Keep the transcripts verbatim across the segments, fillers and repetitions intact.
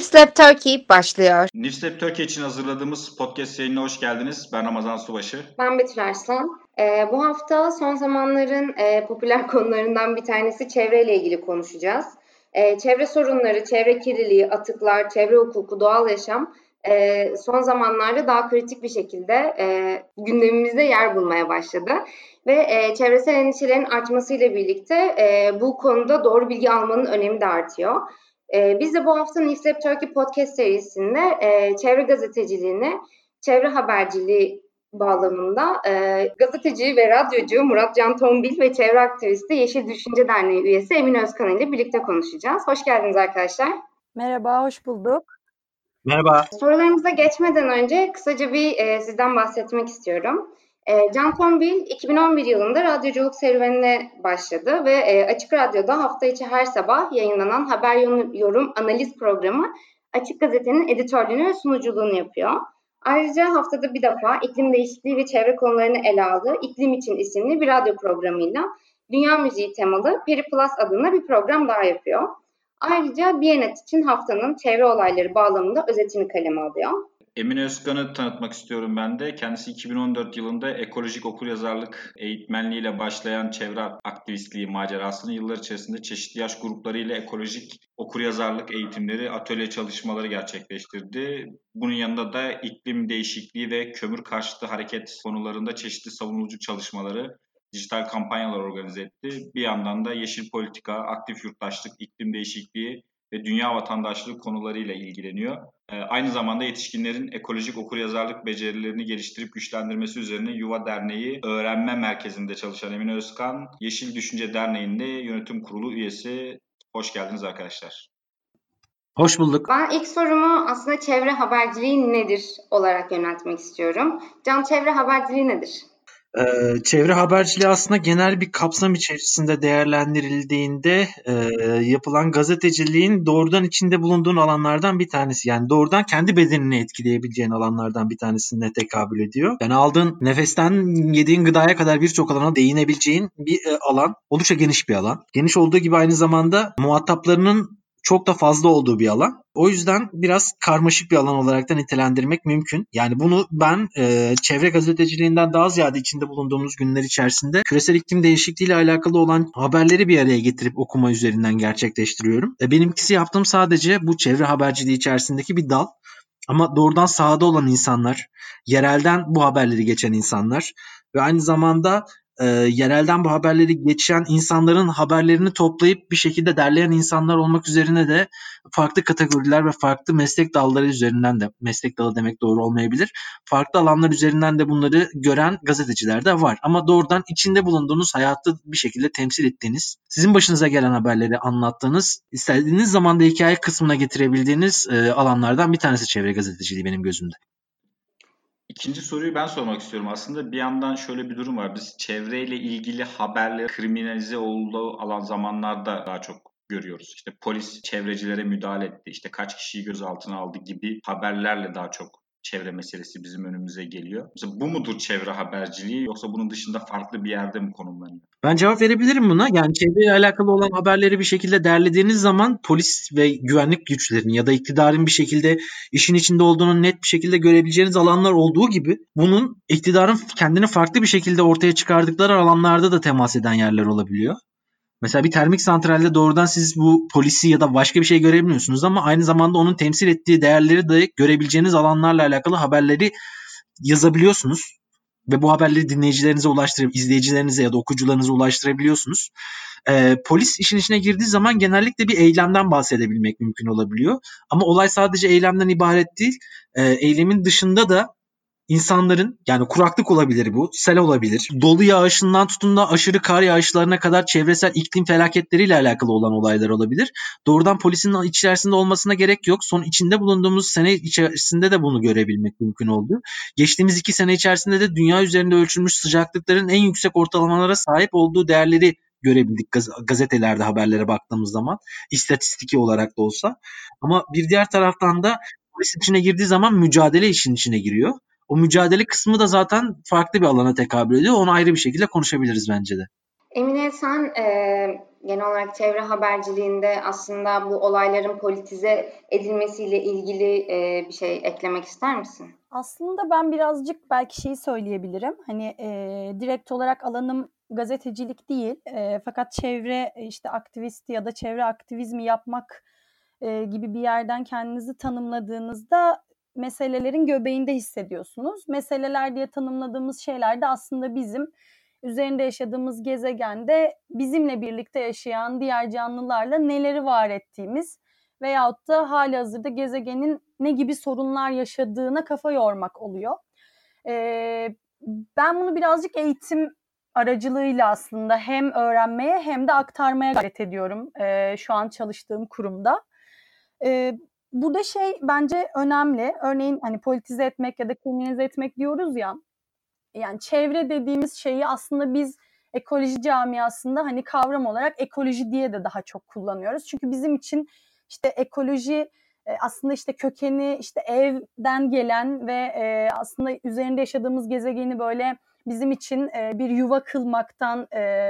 Newslab Turkey başlıyor. Newslab Turkey için hazırladığımız podcast yayınına hoş geldiniz. Ben Ramazan Subaşı. Ben Betül Arslan. Ee, bu hafta son zamanların e, popüler konularından bir tanesi çevreyle ilgili konuşacağız. E, çevre sorunları, çevre kirliliği, atıklar, çevre hukuku, doğal yaşam e, son zamanlarda daha kritik bir şekilde e, gündemimizde yer bulmaya başladı. Ve e, çevresel endişelerin artmasıyla birlikte e, bu konuda doğru bilgi almanın önemi de artıyor. Ee, biz de bu hafta Newslab Turkey podcast serisinde e, çevre gazeteciliğini, çevre haberciliği bağlamında e, gazeteci ve radyocu Murat Can Tombil ve çevre aktivisti Yeşil Düşünce Derneği üyesi Emine Özkan ile birlikte konuşacağız. Hoş geldiniz arkadaşlar. Merhaba, hoş bulduk. Merhaba. Sorularımıza geçmeden önce kısaca bir e, sizden bahsetmek istiyorum. E, Can Tombil iki bin on bir yılında radyoculuk serüvenine başladı ve e, Açık Radyo'da hafta içi her sabah yayınlanan haber yorum analiz programı Açık Gazete'nin editörlüğünü ve sunuculuğunu yapıyor. Ayrıca haftada bir defa iklim değişikliği ve çevre konularını ele aldığı İklim İçin isimli bir radyo programıyla dünya müziği temalı Peri Plus adında bir program daha yapıyor. Ayrıca Biyanet için haftanın çevre olayları bağlamında özetini kaleme alıyor. Emine Özkan'ı tanıtmak istiyorum ben de. Kendisi iki bin on dört yılında ekolojik okuryazarlık eğitmenliğiyle başlayan çevre aktivistliği macerasını yıllar içerisinde çeşitli yaş gruplarıyla ekolojik okuryazarlık eğitimleri, atölye çalışmaları gerçekleştirdi. Bunun yanında da iklim değişikliği ve kömür karşıtı hareket konularında çeşitli savunucu çalışmaları, dijital kampanyalar organize etti. Bir yandan da yeşil politika, aktif yurttaşlık, iklim değişikliği ve dünya vatandaşlığı konularıyla ilgileniyor. Ee, aynı zamanda yetişkinlerin ekolojik okuryazarlık becerilerini geliştirip güçlendirmesi üzerine Yuva Derneği Öğrenme Merkezi'nde çalışan Emine Özkan, Yeşil Düşünce Derneği'nde yönetim kurulu üyesi. Hoş geldiniz arkadaşlar. Hoş bulduk. Ben ilk sorumu aslında çevre haberciliği nedir olarak yöneltmek istiyorum. Can, çevre haberciliği nedir? Ee, çevre haberciliği aslında genel bir kapsam içerisinde değerlendirildiğinde e, yapılan gazeteciliğin doğrudan içinde bulunduğun alanlardan bir tanesi. Yani doğrudan kendi bedenini etkileyebileceğin alanlardan bir tanesine tekabül ediyor. Yani aldığın nefesten yediğin gıdaya kadar birçok alana değinebileceğin bir e, alan. Oldukça geniş bir alan. Geniş olduğu gibi aynı zamanda muhataplarının çok da fazla olduğu bir alan. O yüzden biraz karmaşık bir alan olarak da nitelendirmek mümkün. Yani bunu ben e, çevre gazeteciliğinden daha ziyade içinde bulunduğumuz günler içerisinde küresel iklim değişikliği ile alakalı olan haberleri bir araya getirip okuma üzerinden gerçekleştiriyorum. E, benimkisi yaptığım sadece bu çevre haberciliği içerisindeki bir dal. Ama doğrudan sahada olan insanlar, yerelden bu haberleri geçen insanlar ve aynı zamanda E, yerelden bu haberleri geçen insanların haberlerini toplayıp bir şekilde derleyen insanlar olmak üzerine de farklı kategoriler ve farklı meslek dalları üzerinden de, meslek dalı demek doğru olmayabilir, farklı alanlar üzerinden de bunları gören gazeteciler de var. Ama doğrudan içinde bulunduğunuz hayatı bir şekilde temsil ettiğiniz, sizin başınıza gelen haberleri anlattığınız, istediğiniz zamanda hikaye kısmına getirebildiğiniz e, alanlardan bir tanesi çevre gazeteciliği benim gözümde. İkinci soruyu ben sormak istiyorum. Aslında bir yandan şöyle bir durum var. Biz çevreyle ilgili haberleri kriminalize olduğu alan zamanlarda daha çok görüyoruz. İşte polis çevrecilere müdahale etti, İşte kaç kişiyi gözaltına aldı gibi haberlerle daha çok çevre meselesi bizim önümüze geliyor. Mesela bu mudur çevre haberciliği, yoksa bunun dışında farklı bir yerde mi konumlanıyor? Ben cevap verebilirim buna. Yani çevreyle alakalı olan haberleri bir şekilde derlediğiniz zaman polis ve güvenlik güçlerinin ya da iktidarın bir şekilde işin içinde olduğunu net bir şekilde görebileceğiniz alanlar olduğu gibi bunun iktidarın kendini farklı bir şekilde ortaya çıkardıkları alanlarda da temas eden yerler olabiliyor. Mesela bir termik santralde doğrudan siz bu polisi ya da başka bir şey görebilmiyorsunuz ama aynı zamanda onun temsil ettiği değerleri de görebileceğiniz alanlarla alakalı haberleri yazabiliyorsunuz. Ve bu haberleri dinleyicilerinize ulaştırıp izleyicilerinize ya da okuyucularınıza ulaştırabiliyorsunuz. Ee, polis işin içine girdiği zaman genellikle bir eylemden bahsedebilmek mümkün olabiliyor. Ama olay sadece eylemden ibaret değil. Ee, eylemin dışında da İnsanların, yani kuraklık olabilir bu, sel olabilir, dolu yağışından tutun da aşırı kar yağışlarına kadar çevresel iklim felaketleriyle alakalı olan olaylar olabilir. Doğrudan polisin içerisinde olmasına gerek yok. Son içinde bulunduğumuz sene içerisinde de bunu görebilmek mümkün oldu. Geçtiğimiz iki sene içerisinde de dünya üzerinde ölçülmüş sıcaklıkların en yüksek ortalamalara sahip olduğu değerleri görebildik gaz- gazetelerde haberlere baktığımız zaman, istatistiki olarak da olsa. Ama bir diğer taraftan da polis içine girdiği zaman mücadele işin içine giriyor. O mücadele kısmı da zaten farklı bir alana tekabül ediyor. Onu ayrı bir şekilde konuşabiliriz bence de. Emine, sen e, genel olarak çevre haberciliğinde aslında bu olayların politize edilmesiyle ilgili e, bir şey eklemek ister misin? Aslında ben birazcık belki şeyi söyleyebilirim. Hani e, direkt olarak alanım gazetecilik değil. E, fakat çevre işte aktivisti ya da çevre aktivizmi yapmak e, gibi bir yerden kendinizi tanımladığınızda meselelerin göbeğinde hissediyorsunuz. Meseleler diye tanımladığımız şeyler de aslında bizim üzerinde yaşadığımız gezegende bizimle birlikte yaşayan diğer canlılarla neleri var ettiğimiz veyahut da halihazırda gezegenin ne gibi sorunlar yaşadığına kafa yormak oluyor. Ee, ben bunu birazcık eğitim aracılığıyla aslında hem öğrenmeye hem de aktarmaya gayret ediyorum e, şu an çalıştığım kurumda. E, burada şey bence önemli. Örneğin hani politize etmek ya da kriminalize etmek diyoruz ya. Yani çevre dediğimiz şeyi aslında biz ekoloji camiasında hani kavram olarak ekoloji diye de daha çok kullanıyoruz. Çünkü bizim için işte ekoloji aslında işte kökeni işte evden gelen ve aslında üzerinde yaşadığımız gezegeni böyle bizim için bir yuva kılmaktan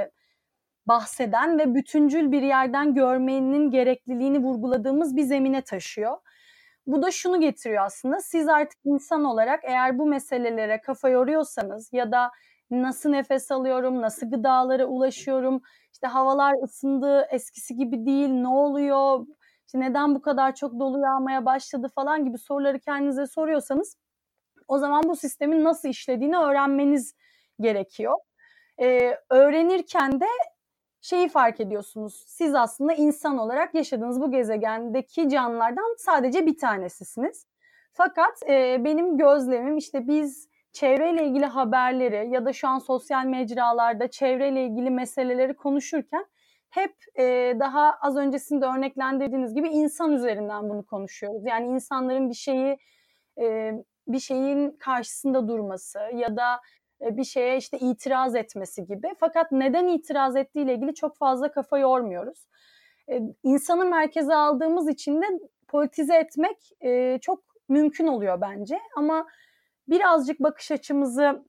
bahseden ve bütüncül bir yerden görmenin gerekliliğini vurguladığımız bir zemine taşıyor. Bu da şunu getiriyor aslında, siz artık insan olarak eğer bu meselelere kafa yoruyorsanız ya da nasıl nefes alıyorum, nasıl gıdalara ulaşıyorum, işte havalar ısındı, eskisi gibi değil, ne oluyor, işte neden bu kadar çok dolu yağmaya başladı falan gibi soruları kendinize soruyorsanız o zaman bu sistemin nasıl işlediğini öğrenmeniz gerekiyor. Ee, öğrenirken de şeyi fark ediyorsunuz. Siz aslında insan olarak yaşadığınız bu gezegendeki canlılardan sadece bir tanesisiniz. Fakat e, benim gözlemim işte biz çevreyle ilgili haberleri ya da şu an sosyal mecralarda çevreyle ilgili meseleleri konuşurken hep e, daha az öncesinde örneklendirdiğiniz gibi insan üzerinden bunu konuşuyoruz. Yani insanların bir şeyi e, bir şeyin karşısında durması ya da bir şeye işte itiraz etmesi gibi. Fakat neden itiraz ettiğiyle ilgili çok fazla kafa yormuyoruz. Ee, insanı merkeze aldığımız için de politize etmek e, çok mümkün oluyor bence. Ama birazcık bakış açımızı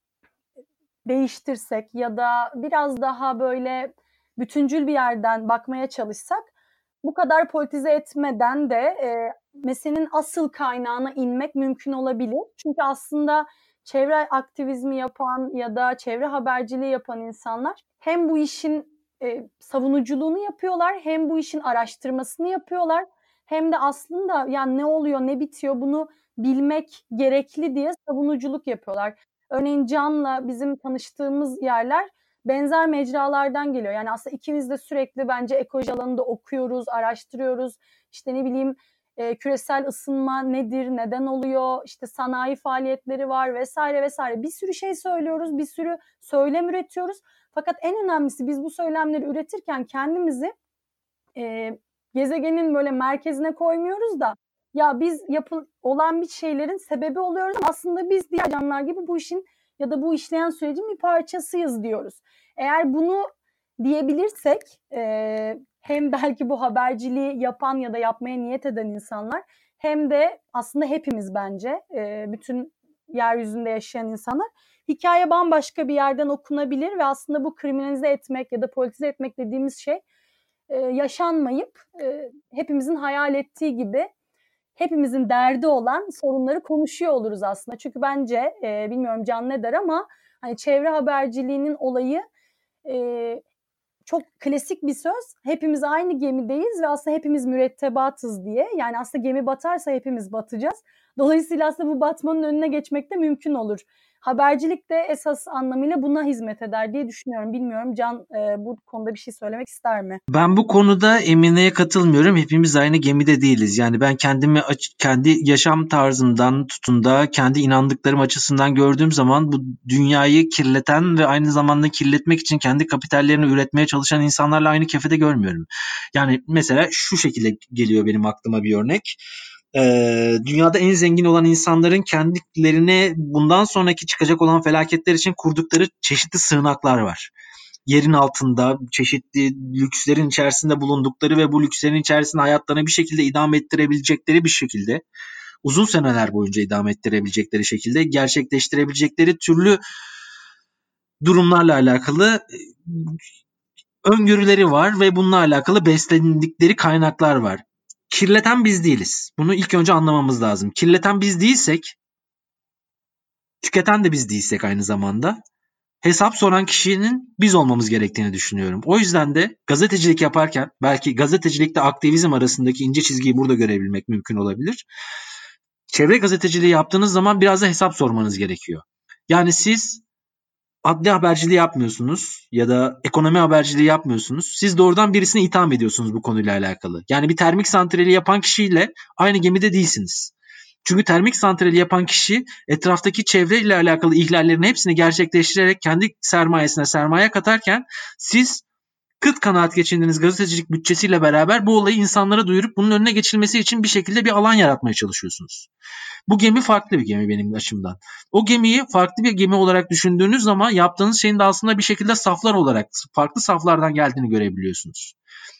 değiştirsek ya da biraz daha böyle bütüncül bir yerden bakmaya çalışsak bu kadar politize etmeden de e, meselenin asıl kaynağına inmek mümkün olabilir. Çünkü aslında çevre aktivizmi yapan ya da çevre haberciliği yapan insanlar hem bu işin e, savunuculuğunu yapıyorlar, hem bu işin araştırmasını yapıyorlar, hem de aslında yani ne oluyor, ne bitiyor bunu bilmek gerekli diye savunuculuk yapıyorlar. Örneğin Can'la bizim tanıştığımız yerler benzer mecralardan geliyor. Yani aslında ikimiz de sürekli bence ekoloji alanında okuyoruz, araştırıyoruz. İşte ne bileyim e, küresel ısınma nedir, neden oluyor, işte sanayi faaliyetleri var vesaire vesaire. Bir sürü şey söylüyoruz, bir sürü söylem üretiyoruz. Fakat en önemlisi biz bu söylemleri üretirken kendimizi e, gezegenin böyle merkezine koymuyoruz da ya biz yapı olan bir şeylerin sebebi oluyoruz ama aslında biz diğer canlılar gibi bu işin ya da bu işleyen sürecin bir parçasıyız diyoruz. Eğer bunu diyebilirsek e, hem belki bu haberciliği yapan ya da yapmaya niyet eden insanlar hem de aslında hepimiz bence e, bütün yeryüzünde yaşayan insanlar hikaye bambaşka bir yerden okunabilir ve aslında bu kriminalize etmek ya da politize etmek dediğimiz şey e, yaşanmayıp e, hepimizin hayal ettiği gibi hepimizin derdi olan sorunları konuşuyor oluruz aslında. Çünkü bence e, bilmiyorum Can ne der ama hani çevre haberciliğinin olayı e, çok klasik bir söz. Hepimiz aynı gemideyiz ve aslında hepimiz mürettebatız diye. Yani aslında gemi batarsa hepimiz batacağız. Dolayısıyla aslında bu batmanın önüne geçmek de mümkün olur. Habercilik de esas anlamıyla buna hizmet eder diye düşünüyorum. Bilmiyorum Can e, bu konuda bir şey söylemek ister mi? Ben bu konuda Emine'ye katılmıyorum. Hepimiz aynı gemide değiliz. Yani ben kendimi kendi yaşam tarzımdan tutun da kendi inandıklarım açısından gördüğüm zaman bu dünyayı kirleten ve aynı zamanda kirletmek için kendi kapitallerini üretmeye çalışan insanlarla aynı kefede görmüyorum. Yani mesela şu şekilde geliyor benim aklıma bir örnek. Ee, dünyada en zengin olan insanların kendilerine bundan sonraki çıkacak olan felaketler için kurdukları çeşitli sığınaklar var. Yerin altında çeşitli lükslerin içerisinde bulundukları ve bu lükslerin içerisinde hayatlarını bir şekilde idame ettirebilecekleri bir şekilde uzun seneler boyunca idame ettirebilecekleri şekilde gerçekleştirebilecekleri türlü durumlarla alakalı öngörüleri var ve bununla alakalı beslendikleri kaynaklar var. Kirleten biz değiliz. Bunu ilk önce anlamamız lazım. Kirleten biz değilsek, tüketen de biz değilsek aynı zamanda hesap soran kişinin biz olmamız gerektiğini düşünüyorum. O yüzden de gazetecilik yaparken belki gazetecilikle aktivizm arasındaki ince çizgiyi burada görebilmek mümkün olabilir. Çevre gazeteciliği yaptığınız zaman biraz da hesap sormanız gerekiyor. Yani siz adli haberciliği yapmıyorsunuz ya da ekonomi haberciliği yapmıyorsunuz. Siz doğrudan birisini itham ediyorsunuz bu konuyla alakalı. Yani bir termik santrali yapan kişiyle aynı gemide değilsiniz. Çünkü termik santrali yapan kişi etraftaki çevreyle alakalı ihlallerin hepsini gerçekleştirerek kendi sermayesine sermaye katarken siz kıt kanaat geçindiğiniz gazetecilik bütçesiyle beraber bu olayı insanlara duyurup bunun önüne geçilmesi için bir şekilde bir alan yaratmaya çalışıyorsunuz. Bu gemi farklı bir gemi benim açımdan. O gemiyi farklı bir gemi olarak düşündüğünüz zaman yaptığınız şeyin de aslında bir şekilde saflar olarak farklı saflardan geldiğini görebiliyorsunuz.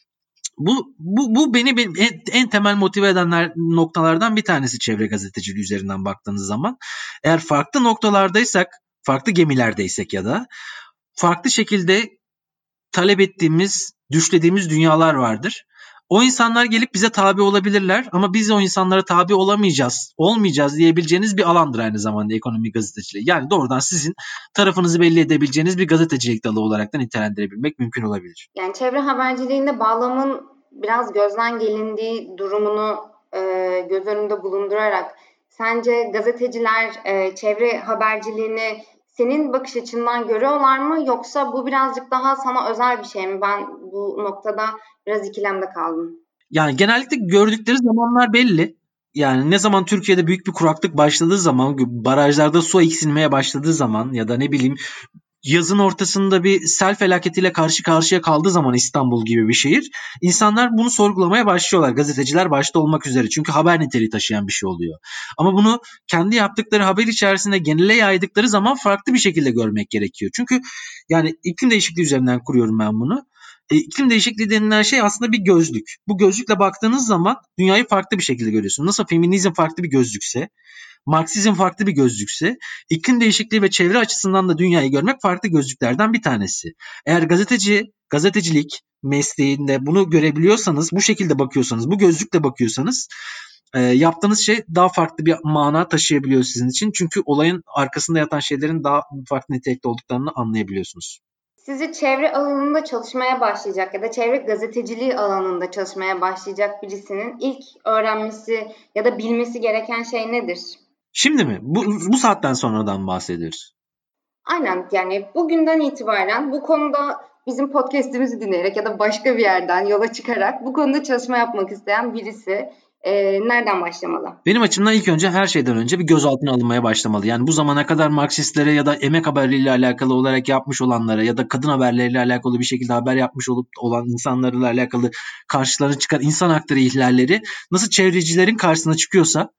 Bu, bu, bu beni benim en, en temel motive edenler noktalardan bir tanesi çevre gazeteciliği üzerinden baktığınız zaman. Eğer farklı noktalardaysak, farklı gemilerdeysek ya da farklı şekilde talep ettiğimiz, düşlediğimiz dünyalar vardır. O insanlar gelip bize tabi olabilirler ama biz o insanlara tabi olamayacağız, olmayacağız diyebileceğiniz bir alandır aynı zamanda ekonomi gazeteciliği. Yani doğrudan sizin tarafınızı belli edebileceğiniz bir gazetecilik dalı olarak da nitelendirebilmek mümkün olabilir. Yani çevre haberciliğinde bağlamın biraz gözden gelindiği durumunu e, göz önünde bulundurarak sence gazeteciler e, çevre haberciliğini senin bakış açından görüyorlar mı yoksa bu birazcık daha sana özel bir şey mi? Ben bu noktada biraz ikilemde kaldım. Yani genellikle gördükleri zamanlar belli. Yani ne zaman Türkiye'de büyük bir kuraklık başladığı zaman, barajlarda su eksilmeye başladığı zaman ya da ne bileyim yazın ortasında bir sel felaketiyle karşı karşıya kaldığı zaman İstanbul gibi bir şehir, insanlar bunu sorgulamaya başlıyorlar. Gazeteciler başta olmak üzere. Çünkü haber niteliği taşıyan bir şey oluyor. Ama bunu kendi yaptıkları haber içerisinde genele yaydıkları zaman farklı bir şekilde görmek gerekiyor. Çünkü yani iklim değişikliği üzerinden kuruyorum ben bunu. E, iklim değişikliği denilen şey aslında bir gözlük. Bu gözlükle baktığınız zaman dünyayı farklı bir şekilde görüyorsunuz. Nasıl feminizm farklı bir gözlükse, Marksizm farklı bir gözlükse, iklim değişikliği ve çevre açısından da dünyayı görmek farklı gözlüklerden bir tanesi. Eğer gazeteci, gazetecilik mesleğinde bunu görebiliyorsanız, bu şekilde bakıyorsanız, bu gözlükle bakıyorsanız e, yaptığınız şey daha farklı bir mana taşıyabiliyor sizin için. Çünkü olayın arkasında yatan şeylerin daha farklı nitelikte olduklarını anlayabiliyorsunuz. Sizce çevre alanında çalışmaya başlayacak ya da çevre gazeteciliği alanında çalışmaya başlayacak birisinin ilk öğrenmesi ya da bilmesi gereken şey nedir? Şimdi mi? Bu, bu saatten sonradan bahsediyoruz. Aynen, yani bugünden itibaren bu konuda bizim podcast'imizi dinleyerek ya da başka bir yerden yola çıkarak bu konuda çalışma yapmak isteyen birisi e, nereden başlamalı? Benim açımdan ilk önce her şeyden önce bir gözaltına alınmaya başlamalı. Yani bu zamana kadar Marksistlere ya da emek haberleriyle alakalı olarak yapmış olanlara ya da kadın haberleriyle alakalı bir şekilde haber yapmış olup olan insanlarla alakalı karşılarına çıkan insan hakları ihlalleri nasıl çevrecilerin karşısına çıkıyorsa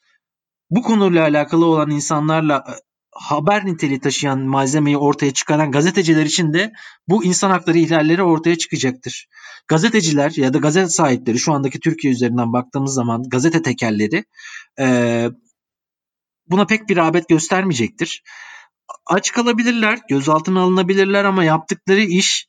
bu konuyla alakalı olan insanlarla haber niteliği taşıyan malzemeyi ortaya çıkaran gazeteciler için de bu insan hakları ihlalleri ortaya çıkacaktır. Gazeteciler ya da gazete sahipleri şu andaki Türkiye üzerinden baktığımız zaman gazete tekelleri e, buna pek bir rağbet göstermeyecektir. Aç kalabilirler, gözaltına alınabilirler ama yaptıkları iş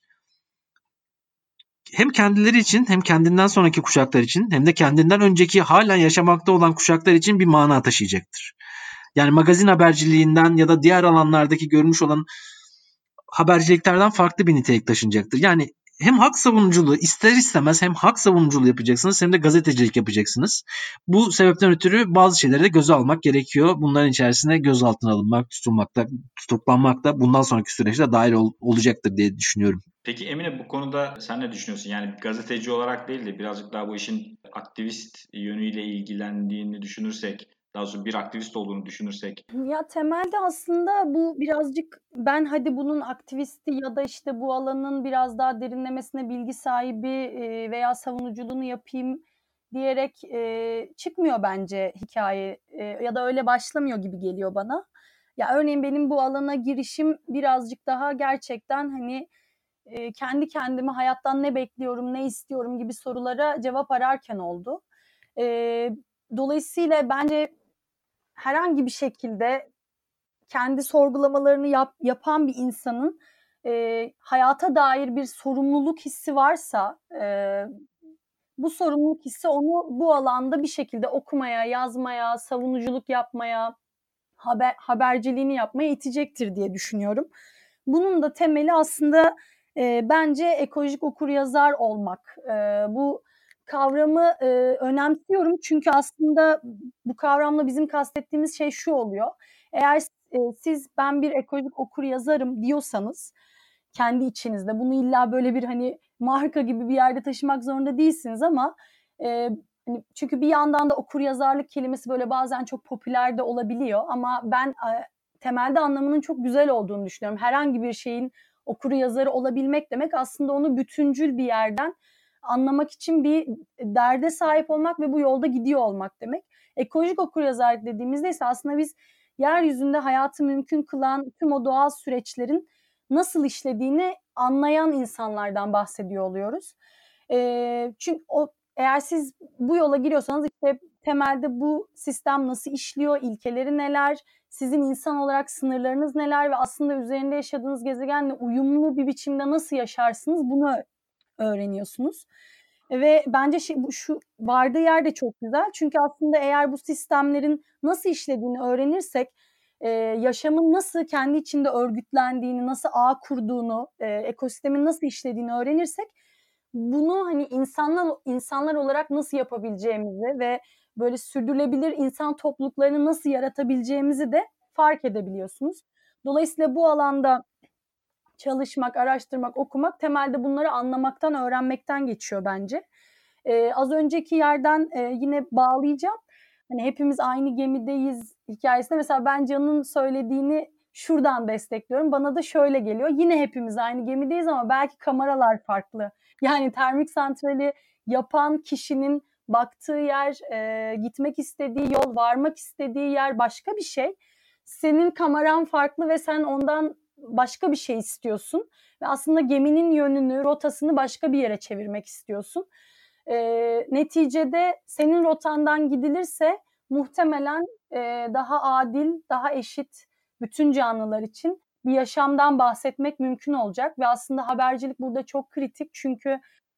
hem kendileri için hem kendinden sonraki kuşaklar için hem de kendinden önceki halen yaşamakta olan kuşaklar için bir mana taşıyacaktır. Yani magazin haberciliğinden ya da diğer alanlardaki görmüş olan haberciliklerden farklı bir nitelik taşınacaktır. Yani hem hak savunuculuğu ister istemez hem hak savunuculuğu yapacaksınız hem de gazetecilik yapacaksınız. Bu sebepten ötürü bazı şeyleri de göze almak gerekiyor. Bunların içerisinde gözaltına alınmak, tutulmakta, tutuklanmak bundan sonraki süreçte dahil ol, olacaktır diye düşünüyorum. Peki Emine, bu konuda sen ne düşünüyorsun? Yani gazeteci olarak değil de birazcık daha bu işin aktivist yönüyle ilgilendiğini düşünürsek, daha sonra bir aktivist olduğunu düşünürsek. Ya temelde aslında bu birazcık ben hadi bunun aktivisti ya da işte bu alanın biraz daha derinlemesine bilgi sahibi veya savunuculuğunu yapayım diyerek e, çıkmıyor bence hikaye e, ya da öyle başlamıyor gibi geliyor bana. Ya örneğin benim bu alana girişim birazcık daha gerçekten hani e, kendi kendime hayattan ne bekliyorum, ne istiyorum gibi sorulara cevap ararken oldu. E, dolayısıyla bence herhangi bir şekilde kendi sorgulamalarını yap, yapan bir insanın e, hayata dair bir sorumluluk hissi varsa e, bu sorumluluk hissi onu bu alanda bir şekilde okumaya, yazmaya, savunuculuk yapmaya, haber, haberciliğini yapmaya itecektir diye düşünüyorum. Bunun da temeli aslında e, bence ekolojik okuryazar olmak. E, bu kavramı e, önemsiyorum çünkü aslında bu kavramla bizim kastettiğimiz şey şu oluyor. Eğer e, siz ben bir ekolojik okuryazarım diyorsanız kendi içinizde bunu illa böyle bir hani marka gibi bir yerde taşımak zorunda değilsiniz ama e, çünkü bir yandan da okuryazarlık kelimesi böyle bazen çok popüler de olabiliyor ama ben e, temelde anlamının çok güzel olduğunu düşünüyorum. Herhangi bir şeyin okuryazarı olabilmek demek aslında onu bütüncül bir yerden anlamak için bir derde sahip olmak ve bu yolda gidiyor olmak demek. Ekolojik okuryazarlık dediğimizde ise aslında biz yeryüzünde hayatı mümkün kılan tüm o doğal süreçlerin nasıl işlediğini anlayan insanlardan bahsediyor oluyoruz. E, çünkü o, eğer siz bu yola giriyorsanız işte temelde bu sistem nasıl işliyor, ilkeleri neler, sizin insan olarak sınırlarınız neler ve aslında üzerinde yaşadığınız gezegenle uyumlu bir biçimde nasıl yaşarsınız bunu öğreniyorsunuz. Ve bence şey, bu, şu vardığı yer de çok güzel. Çünkü aslında eğer bu sistemlerin nasıl işlediğini öğrenirsek, e, yaşamın nasıl kendi içinde örgütlendiğini, nasıl ağ kurduğunu, e, ekosistemin nasıl işlediğini öğrenirsek bunu hani insanlar insanlar olarak nasıl yapabileceğimizi ve böyle sürdürülebilir insan topluluklarını nasıl yaratabileceğimizi de fark edebiliyorsunuz. Dolayısıyla bu alanda çalışmak, araştırmak, okumak temelde bunları anlamaktan, öğrenmekten geçiyor bence. Ee, az önceki yerden e, yine bağlayacağım. Hani hepimiz aynı gemideyiz hikayesinde. Mesela ben Can'ın söylediğini şuradan destekliyorum. Bana da şöyle geliyor. Yine hepimiz aynı gemideyiz ama belki kameralar farklı. Yani termik santrali yapan kişinin baktığı yer, e, gitmek istediği yol, varmak istediği yer başka bir şey. Senin kameran farklı ve sen ondan başka bir şey istiyorsun. Ve aslında geminin yönünü, rotasını başka bir yere çevirmek istiyorsun. E, neticede senin rotandan gidilirse muhtemelen e, daha adil, daha eşit bütün canlılar için bir yaşamdan bahsetmek mümkün olacak ve aslında habercilik burada çok kritik çünkü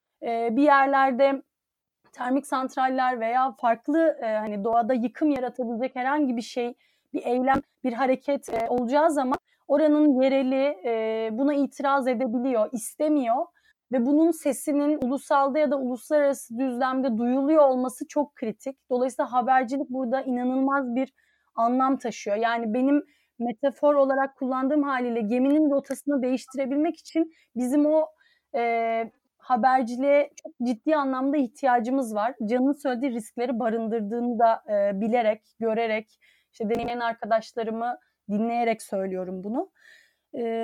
e, bir yerlerde termik santraller veya farklı e, hani doğada yıkım yaratabilecek herhangi bir şey, bir eylem, bir hareket e, olacağı zaman oranın yereli e, buna itiraz edebiliyor, istemiyor ve bunun sesinin ulusalda ya da uluslararası düzlemde duyuluyor olması çok kritik. Dolayısıyla habercilik burada inanılmaz bir anlam taşıyor. Yani benim metafor olarak kullandığım haliyle geminin rotasını değiştirebilmek için bizim o e, haberciliğe çok ciddi anlamda ihtiyacımız var. Can'ın söylediği riskleri barındırdığını da e, bilerek, görerek, işte deneyimleyen arkadaşlarımı dinleyerek söylüyorum bunu. E,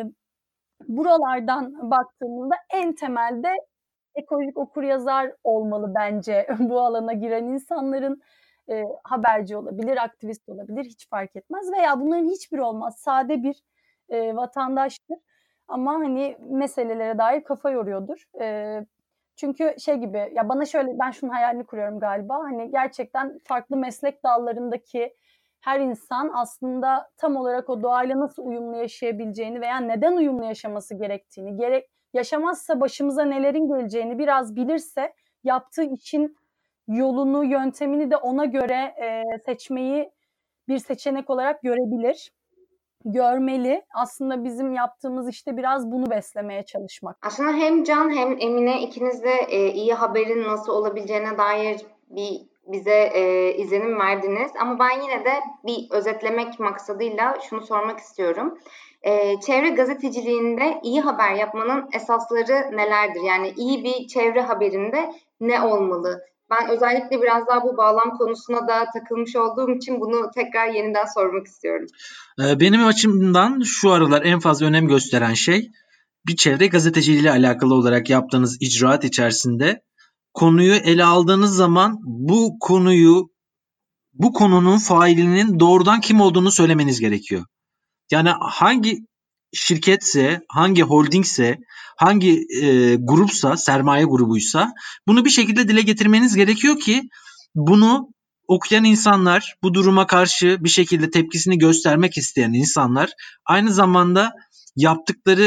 buralardan baktığımızda en temelde ekolojik okuryazar olmalı bence bu alana giren insanların. E, haberci olabilir, aktivist olabilir, hiç fark etmez. Veya bunların hiçbiri olmaz. Sade bir e, vatandaştır. Ama hani meselelere dair kafa yoruyordur. E, çünkü şey gibi, ya bana şöyle, ben şunun hayalini kuruyorum galiba. Hani gerçekten farklı meslek dallarındaki her insan aslında tam olarak o doğayla nasıl uyumlu yaşayabileceğini veya neden uyumlu yaşaması gerektiğini, gerek yaşamazsa başımıza nelerin geleceğini biraz bilirse yaptığı işin yolunu, yöntemini de ona göre e, seçmeyi bir seçenek olarak görebilir, görmeli. Aslında bizim yaptığımız işte biraz bunu beslemeye çalışmak. Aslında hem Can hem Emine ikiniz de e, iyi haberin nasıl olabileceğine dair bir bize e, izlenim verdiniz. Ama ben yine de bir özetlemek maksadıyla şunu sormak istiyorum. E, çevre gazeteciliğinde iyi haber yapmanın esasları nelerdir? Yani iyi bir çevre haberinde ne olmalı? Ben özellikle biraz daha bu bağlam konusuna da takılmış olduğum için bunu tekrar yeniden sormak istiyorum. Benim açımdan şu aralar en fazla önem gösteren şey bir çevre gazeteciliği ile alakalı olarak yaptığınız icraat içerisinde konuyu ele aldığınız zaman bu konuyu bu konunun failinin doğrudan kim olduğunu söylemeniz gerekiyor. Yani hangi şirketse, hangi holdingse, hangi e, grupsa, sermaye grubuysa bunu bir şekilde dile getirmeniz gerekiyor ki bunu okuyan insanlar, bu duruma karşı bir şekilde tepkisini göstermek isteyen insanlar aynı zamanda yaptıkları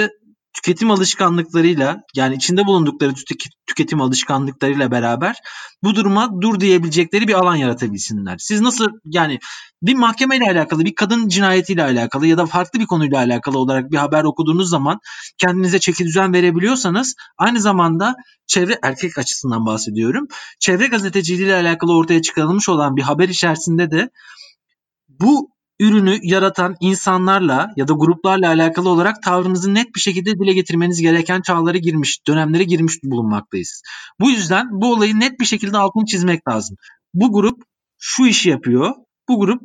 tüketim alışkanlıklarıyla, yani içinde bulundukları tüketim alışkanlıklarıyla beraber bu duruma dur diyebilecekleri bir alan yaratabilsinler. Siz nasıl, yani bir mahkemeyle alakalı, bir kadın cinayetiyle alakalı ya da farklı bir konuyla alakalı olarak bir haber okuduğunuz zaman kendinize çekidüzen verebiliyorsanız, aynı zamanda çevre, erkek açısından bahsediyorum, çevre gazeteciliği ile alakalı ortaya çıkarılmış olan bir haber içerisinde de bu ürünü yaratan insanlarla ya da gruplarla alakalı olarak tavrınızı net bir şekilde dile getirmeniz gereken çağlara girmiş, dönemlere girmiş bulunmaktayız. Bu yüzden bu olayı net bir şekilde altını çizmek lazım. Bu grup şu işi yapıyor. Bu grup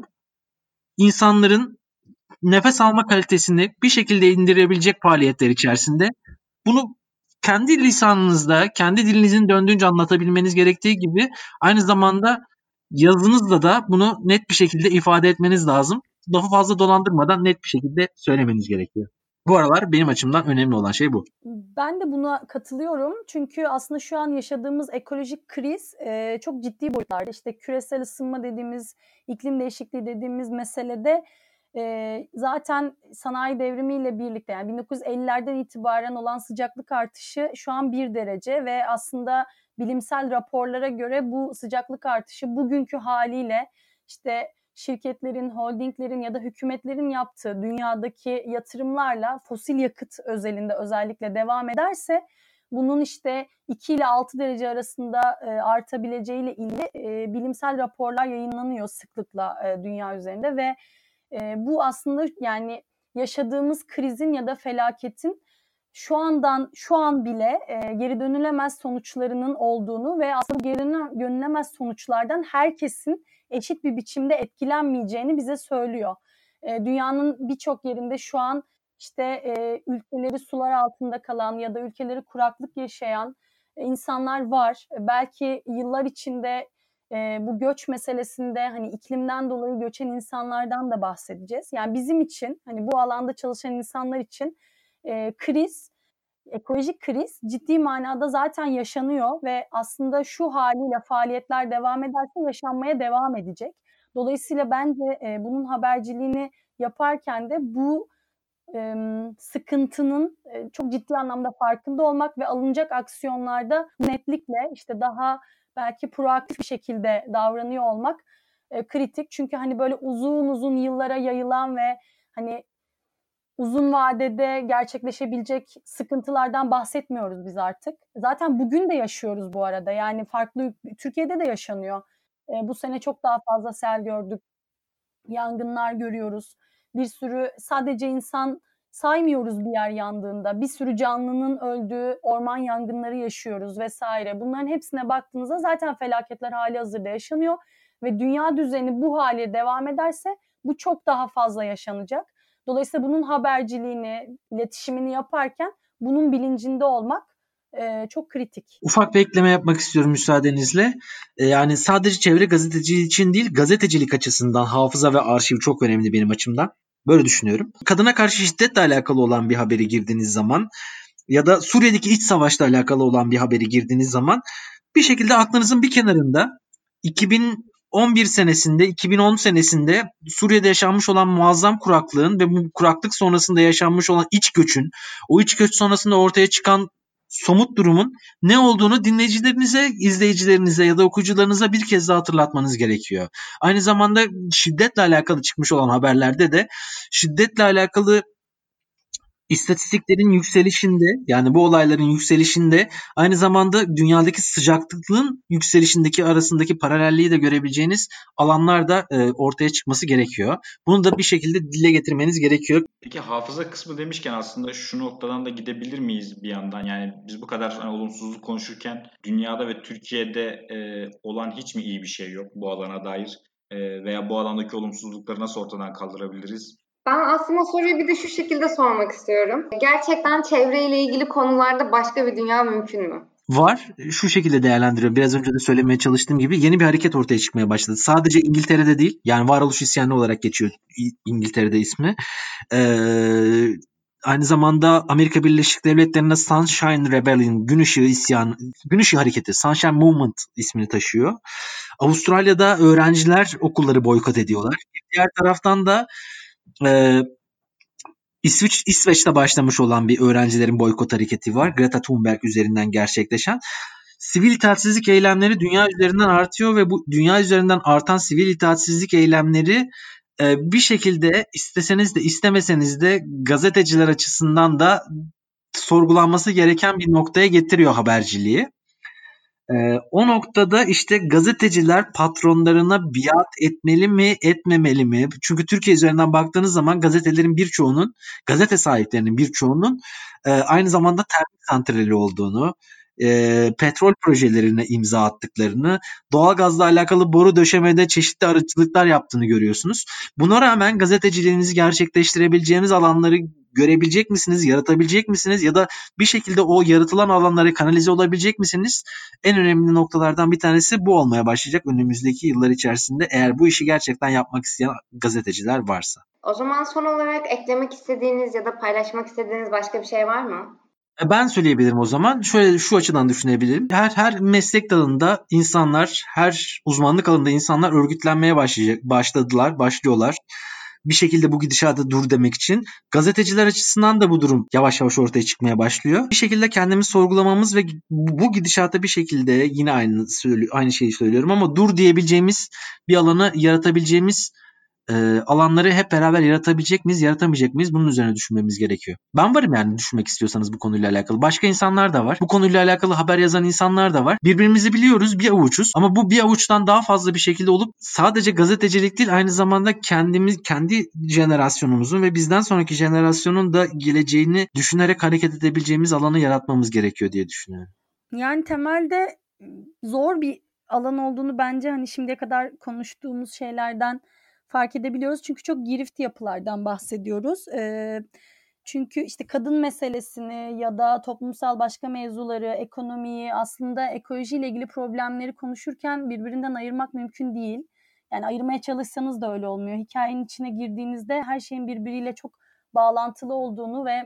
insanların nefes alma kalitesini bir şekilde indirebilecek faaliyetler içerisinde. Bunu kendi lisanınızda, kendi dilinizin döndüğünce anlatabilmeniz gerektiği gibi aynı zamanda yazınızla da bunu net bir şekilde ifade etmeniz lazım. Lafı fazla dolandırmadan net bir şekilde söylemeniz gerekiyor. Bu aralar benim açımdan önemli olan şey bu. Ben de buna katılıyorum. Çünkü aslında şu an yaşadığımız ekolojik kriz e, çok ciddi boyutlarda. İşte küresel ısınma dediğimiz, iklim değişikliği dediğimiz meselede e, zaten sanayi devrimiyle birlikte, yani bin dokuz yüz ellilerden itibaren olan sıcaklık artışı şu an bir derece ve aslında bilimsel raporlara göre bu sıcaklık artışı bugünkü haliyle işte şirketlerin, holdinglerin ya da hükümetlerin yaptığı dünyadaki yatırımlarla fosil yakıt özelinde özellikle devam ederse bunun işte iki ile altı derece arasında e, artabileceğiyle ilgili e, bilimsel raporlar yayınlanıyor sıklıkla e, dünya üzerinde ve e, bu aslında yani yaşadığımız krizin ya da felaketin şu andan şu an bile e, geri dönülemez sonuçlarının olduğunu ve aslında geri dönülemez sonuçlardan herkesin eşit bir biçimde etkilenmeyeceğini bize söylüyor. E, dünyanın birçok yerinde şu an işte e, ülkeleri sular altında kalan ya da ülkeleri kuraklık yaşayan e, insanlar var. E, belki yıllar içinde e, bu göç meselesinde hani iklimden dolayı göçen insanlardan da bahsedeceğiz. Yani bizim için hani bu alanda çalışan insanlar için e, kriz, ekolojik kriz ciddi manada zaten yaşanıyor ve aslında şu haliyle faaliyetler devam ederse yaşanmaya devam edecek. Dolayısıyla bence e, bunun haberciliğini yaparken de bu e, sıkıntının e, çok ciddi anlamda farkında olmak ve alınacak aksiyonlarda netlikle işte daha belki proaktif bir şekilde davranıyor olmak e, kritik. Çünkü hani böyle uzun uzun yıllara yayılan ve hani uzun vadede gerçekleşebilecek sıkıntılardan bahsetmiyoruz biz artık. Zaten bugün de yaşıyoruz bu arada. Yani farklı, Türkiye'de de yaşanıyor. E, bu sene çok daha fazla sel gördük. Yangınlar görüyoruz. Bir sürü sadece insan saymıyoruz bir yer yandığında. Bir sürü canlının öldüğü orman yangınları yaşıyoruz vesaire. Bunların hepsine baktığınızda zaten felaketler hali hazırda yaşanıyor. Ve dünya düzeni bu hale devam ederse bu çok daha fazla yaşanacak. Dolayısıyla bunun haberciliğini, iletişimini yaparken bunun bilincinde olmak e, çok kritik. Ufak bir ekleme yapmak istiyorum müsaadenizle. E, yani sadece çevre gazeteciliği için değil, gazetecilik açısından hafıza ve arşiv çok önemli benim açımdan. Böyle düşünüyorum. Kadına karşı şiddetle alakalı olan bir haberi girdiğiniz zaman ya da Suriye'deki iç savaşla alakalı olan bir haberi girdiğiniz zaman bir şekilde aklınızın bir kenarında iki bin on bir senesinde, iki bin on senesinde Suriye'de yaşanmış olan muazzam kuraklığın ve bu kuraklık sonrasında yaşanmış olan iç göçün, o iç göç sonrasında ortaya çıkan somut durumun ne olduğunu dinleyicilerinize, izleyicilerinize ya da okuyucularınıza bir kez daha hatırlatmanız gerekiyor. Aynı zamanda şiddetle alakalı çıkmış olan haberlerde de şiddetle alakalı İstatistiklerin yükselişinde, yani bu olayların yükselişinde aynı zamanda dünyadaki sıcaklığın yükselişindeki arasındaki paralelliği de görebileceğiniz alanlar da e, ortaya çıkması gerekiyor. Bunu da bir şekilde dile getirmeniz gerekiyor. Peki hafıza kısmı demişken aslında şu noktadan da gidebilir miyiz bir yandan? Yani biz bu kadar hani, olumsuzluk konuşurken dünyada ve Türkiye'de e, olan hiç mi iyi bir şey yok bu alana dair? E, veya bu alandaki olumsuzlukları nasıl ortadan kaldırabiliriz? Ben aslında soruyu bir de şu şekilde sormak istiyorum. Gerçekten çevreyle ilgili konularda başka bir dünya mümkün mü? Var. Şu şekilde değerlendiriyorum. Biraz önce de söylemeye çalıştığım gibi yeni bir hareket ortaya çıkmaya başladı. Sadece İngiltere'de değil, yani varoluş isyanı olarak geçiyor İngiltere'de ismi. Ee, aynı zamanda Amerika Birleşik Devletleri'nde Sunshine Rebellion, Gün Işığı isyanı, Gün Işığı Hareketi, Sunshine Movement ismini taşıyor. Avustralya'da öğrenciler okulları boykot ediyorlar. Diğer taraftan da e, İsviç, İsveç'te başlamış olan bir öğrencilerin boykot hareketi var. Greta Thunberg üzerinden gerçekleşen. Sivil itaatsizlik eylemleri dünya üzerinden artıyor ve bu dünya üzerinden artan sivil itaatsizlik eylemleri e, bir şekilde isteseniz de istemeseniz de gazeteciler açısından da sorgulanması gereken bir noktaya getiriyor haberciliği. Ee, o noktada işte gazeteciler patronlarına biat etmeli mi, etmemeli mi? Çünkü Türkiye üzerinden baktığınız zaman gazetelerin birçoğunun, gazete sahiplerinin birçoğunun e, aynı zamanda termik santrali olduğunu, e, petrol projelerine imza attıklarını, doğalgazla alakalı boru döşemede çeşitli arıcılıklar yaptığını görüyorsunuz. Buna rağmen gazeteciliğinizi gerçekleştirebileceğiniz alanları görebilecek misiniz, yaratabilecek misiniz ya da bir şekilde o yaratılan alanlara kanalize olabilecek misiniz? En önemli noktalardan bir tanesi bu olmaya başlayacak önümüzdeki yıllar içerisinde eğer bu işi gerçekten yapmak isteyen gazeteciler varsa. O zaman son olarak eklemek istediğiniz ya da paylaşmak istediğiniz başka bir şey var mı? Ben söyleyebilirim o zaman. Şöyle şu açıdan düşünebilirim. Her her meslek dalında insanlar, her uzmanlık alanında insanlar örgütlenmeye başlayacak, başladılar, başlıyorlar. Bir şekilde bu gidişata dur demek için. Gazeteciler açısından da bu durum yavaş yavaş ortaya çıkmaya başlıyor. Bir şekilde kendimizi sorgulamamız ve bu gidişata bir şekilde yine aynı aynı şeyi söylüyorum ama dur diyebileceğimiz bir alanı yaratabileceğimiz e, alanları hep beraber yaratabilecek miyiz, yaratamayacak mıyız? Bunun üzerine düşünmemiz gerekiyor. Ben varım yani düşünmek istiyorsanız bu konuyla alakalı. Başka insanlar da var. Bu konuyla alakalı haber yazan insanlar da var. Birbirimizi biliyoruz, bir avuçuz. Ama bu bir avuçtan daha fazla bir şekilde olup sadece gazetecilik değil, aynı zamanda kendimiz, kendi jenerasyonumuzun ve bizden sonraki jenerasyonun da geleceğini düşünerek hareket edebileceğimiz alanı yaratmamız gerekiyor diye düşünüyorum. Yani temelde zor bir alan olduğunu bence hani şimdiye kadar konuştuğumuz şeylerden fark edebiliyoruz. Çünkü çok girift yapılardan bahsediyoruz. Ee, çünkü işte kadın meselesini ya da toplumsal başka mevzuları, ekonomiyi, aslında ekolojiyle ilgili problemleri konuşurken birbirinden ayırmak mümkün değil. Yani ayırmaya çalışsanız da öyle olmuyor. Hikayenin içine girdiğinizde her şeyin birbiriyle çok bağlantılı olduğunu ve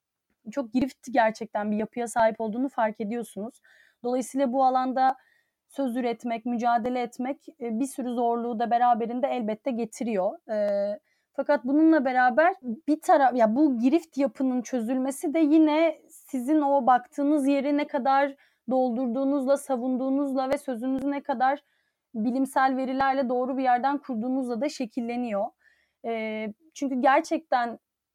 çok girift gerçekten bir yapıya sahip olduğunu fark ediyorsunuz. Dolayısıyla bu alanda söz üretmek, mücadele etmek bir sürü zorluğu da beraberinde elbette getiriyor. E, fakat bununla beraber bir taraf, ya bu girift yapının çözülmesi de yine sizin o baktığınız yeri ne kadar doldurduğunuzla, savunduğunuzla ve sözünüzü ne kadar bilimsel verilerle doğru bir yerden kurduğunuzla da şekilleniyor. E, çünkü gerçekten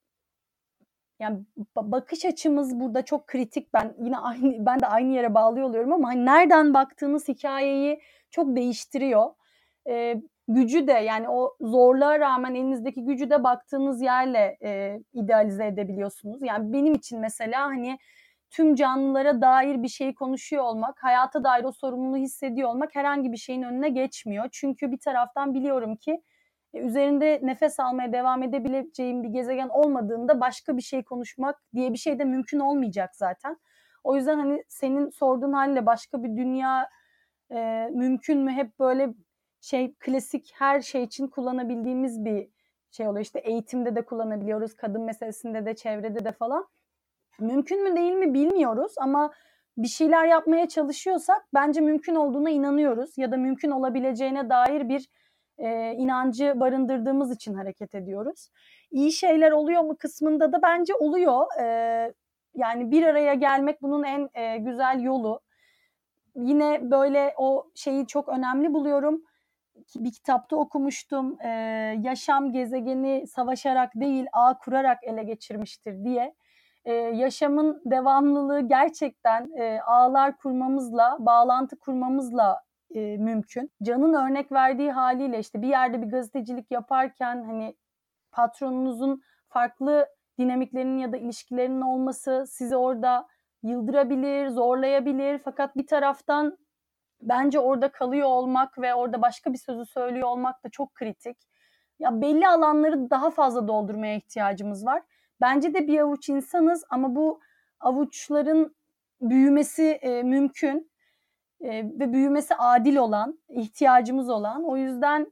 yani bakış açımız burada çok kritik. Ben yine aynı ben de aynı yere bağlıyor oluyorum ama hani nereden baktığınız hikayeyi çok değiştiriyor. Ee, gücü de yani o zorluğa rağmen elinizdeki gücü de baktığınız yerle e, idealize edebiliyorsunuz. Yani benim için mesela hani tüm canlılara dair bir şeyi konuşuyor olmak, hayata dair o sorumluluğu hissediyor olmak herhangi bir şeyin önüne geçmiyor. Çünkü bir taraftan biliyorum ki üzerinde nefes almaya devam edebileceğim bir gezegen olmadığında başka bir şey konuşmak diye bir şey de mümkün olmayacak zaten. O yüzden hani senin sorduğun halle başka bir dünya e, mümkün mü? Hep böyle şey klasik her şey için kullanabildiğimiz bir şey oluyor. İşte eğitimde de kullanabiliyoruz, kadın meselesinde de, çevrede de falan. Mümkün mü değil mi bilmiyoruz ama bir şeyler yapmaya çalışıyorsak bence mümkün olduğuna inanıyoruz ya da mümkün olabileceğine dair bir e, inancı barındırdığımız için hareket ediyoruz. İyi şeyler oluyor mu kısmında da bence oluyor. E, yani bir araya gelmek bunun en e, güzel yolu. Yine böyle o şeyi çok önemli buluyorum. Bir kitapta okumuştum. E, yaşam gezegeni savaşarak değil, ağ kurarak ele geçirmiştir diye. Ee, yaşamın devamlılığı gerçekten e, ağlar kurmamızla, bağlantı kurmamızla e, mümkün. Can'ın örnek verdiği haliyle işte bir yerde bir gazetecilik yaparken hani patronunuzun farklı dinamiklerinin ya da ilişkilerinin olması sizi orada yıldırabilir, zorlayabilir. Fakat bir taraftan bence orada kalıyor olmak ve orada başka bir sözü söylüyor olmak da çok kritik. Ya belli alanları daha fazla doldurmaya ihtiyacımız var. Bence de bir avuç insanız ama bu avuçların büyümesi e, mümkün e, ve büyümesi adil olan, ihtiyacımız olan. O yüzden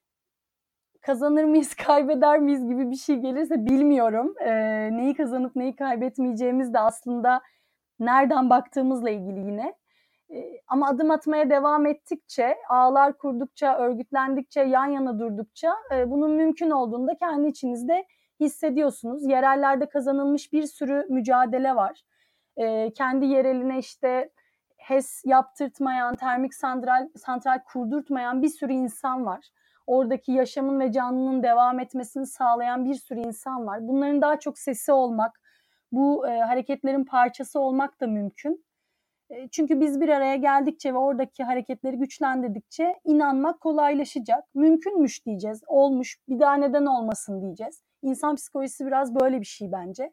kazanır mıyız, kaybeder miyiz gibi bir şey gelirse bilmiyorum. E, neyi kazanıp neyi kaybetmeyeceğimiz de aslında nereden baktığımızla ilgili yine. E, ama adım atmaya devam ettikçe, ağlar kurdukça, örgütlendikçe, yan yana durdukça e, bunun mümkün olduğunu da kendi içinizde hissediyorsunuz. Yerellerde kazanılmış bir sürü mücadele var. E, kendi yereline işte HES yaptırtmayan, termik santral, santral kurdurtmayan bir sürü insan var. Oradaki yaşamın ve canlının devam etmesini sağlayan bir sürü insan var. Bunların daha çok sesi olmak, bu e, hareketlerin parçası olmak da mümkün. E, çünkü biz bir araya geldikçe ve oradaki hareketleri güçlendirdikçe inanmak kolaylaşacak. Mümkünmüş diyeceğiz, olmuş, bir daha neden olmasın diyeceğiz. İnsan psikolojisi biraz böyle bir şey bence.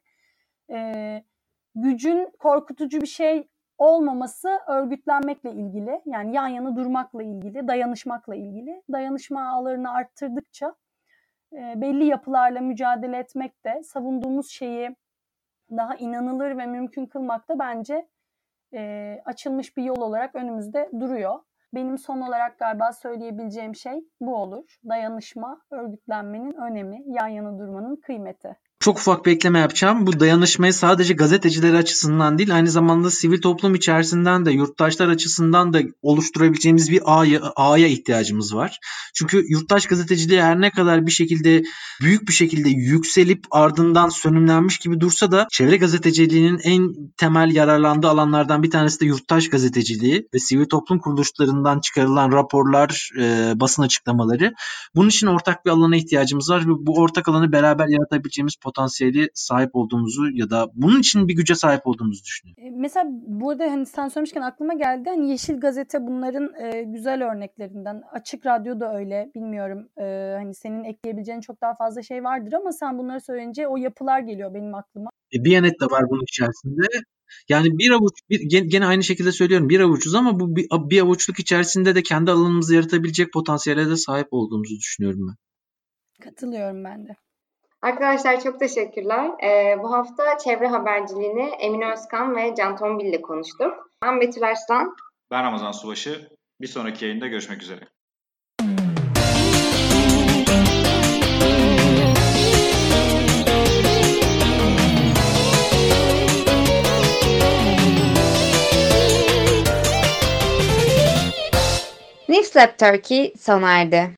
E, gücün korkutucu bir şey olmaması örgütlenmekle ilgili, yani yan yana durmakla ilgili, dayanışmakla ilgili. Dayanışma ağlarını arttırdıkça e, belli yapılarla mücadele etmek de, savunduğumuz şeyi daha inanılır ve mümkün kılmak da bence e, açılmış bir yol olarak önümüzde duruyor. Benim son olarak galiba söyleyebileceğim şey bu olur. Dayanışma, örgütlenmenin önemi, yan yana durmanın kıymeti. Çok ufak bir ekleme yapacağım. Bu dayanışmayı sadece gazeteciler açısından değil, aynı zamanda sivil toplum içerisinden de, yurttaşlar açısından da oluşturabileceğimiz bir ağya, ağya ihtiyacımız var. Çünkü yurttaş gazeteciliği her ne kadar bir şekilde, büyük bir şekilde yükselip ardından sönümlenmiş gibi dursa da çevre gazeteciliğinin en temel yararlandığı alanlardan bir tanesi de yurttaş gazeteciliği ve sivil toplum kuruluşlarından çıkarılan raporlar, e, basın açıklamaları. Bunun için ortak bir alana ihtiyacımız var ve bu ortak alanı beraber yaratabileceğimiz potansiyeli sahip olduğumuzu ya da bunun için bir güce sahip olduğumuzu düşünüyorum. Mesela burada hani sen söylemişken aklıma geldi. Hani Yeşil Gazete bunların e, güzel örneklerinden. Açık Radyo da öyle. Bilmiyorum. E, hani senin ekleyebileceğin çok daha fazla şey vardır ama sen bunları söyleyince o yapılar geliyor benim aklıma. E, Biyanet de var bunun içerisinde. Yani bir avuç, bir, gene aynı şekilde söylüyorum, bir avuçuz ama bu bir, bir avuçluk içerisinde de kendi alanımızı yaratabilecek potansiyele de sahip olduğumuzu düşünüyorum ben. Katılıyorum ben de. Arkadaşlar çok teşekkürler. Ee, bu hafta çevre haberciliğini Emine Özkan ve Can Tombil ile konuştuk. Ben Betül Arslan. Ben Ramazan Subaşı. Bir sonraki yayında görüşmek üzere. Newslab Turkey sona erdi.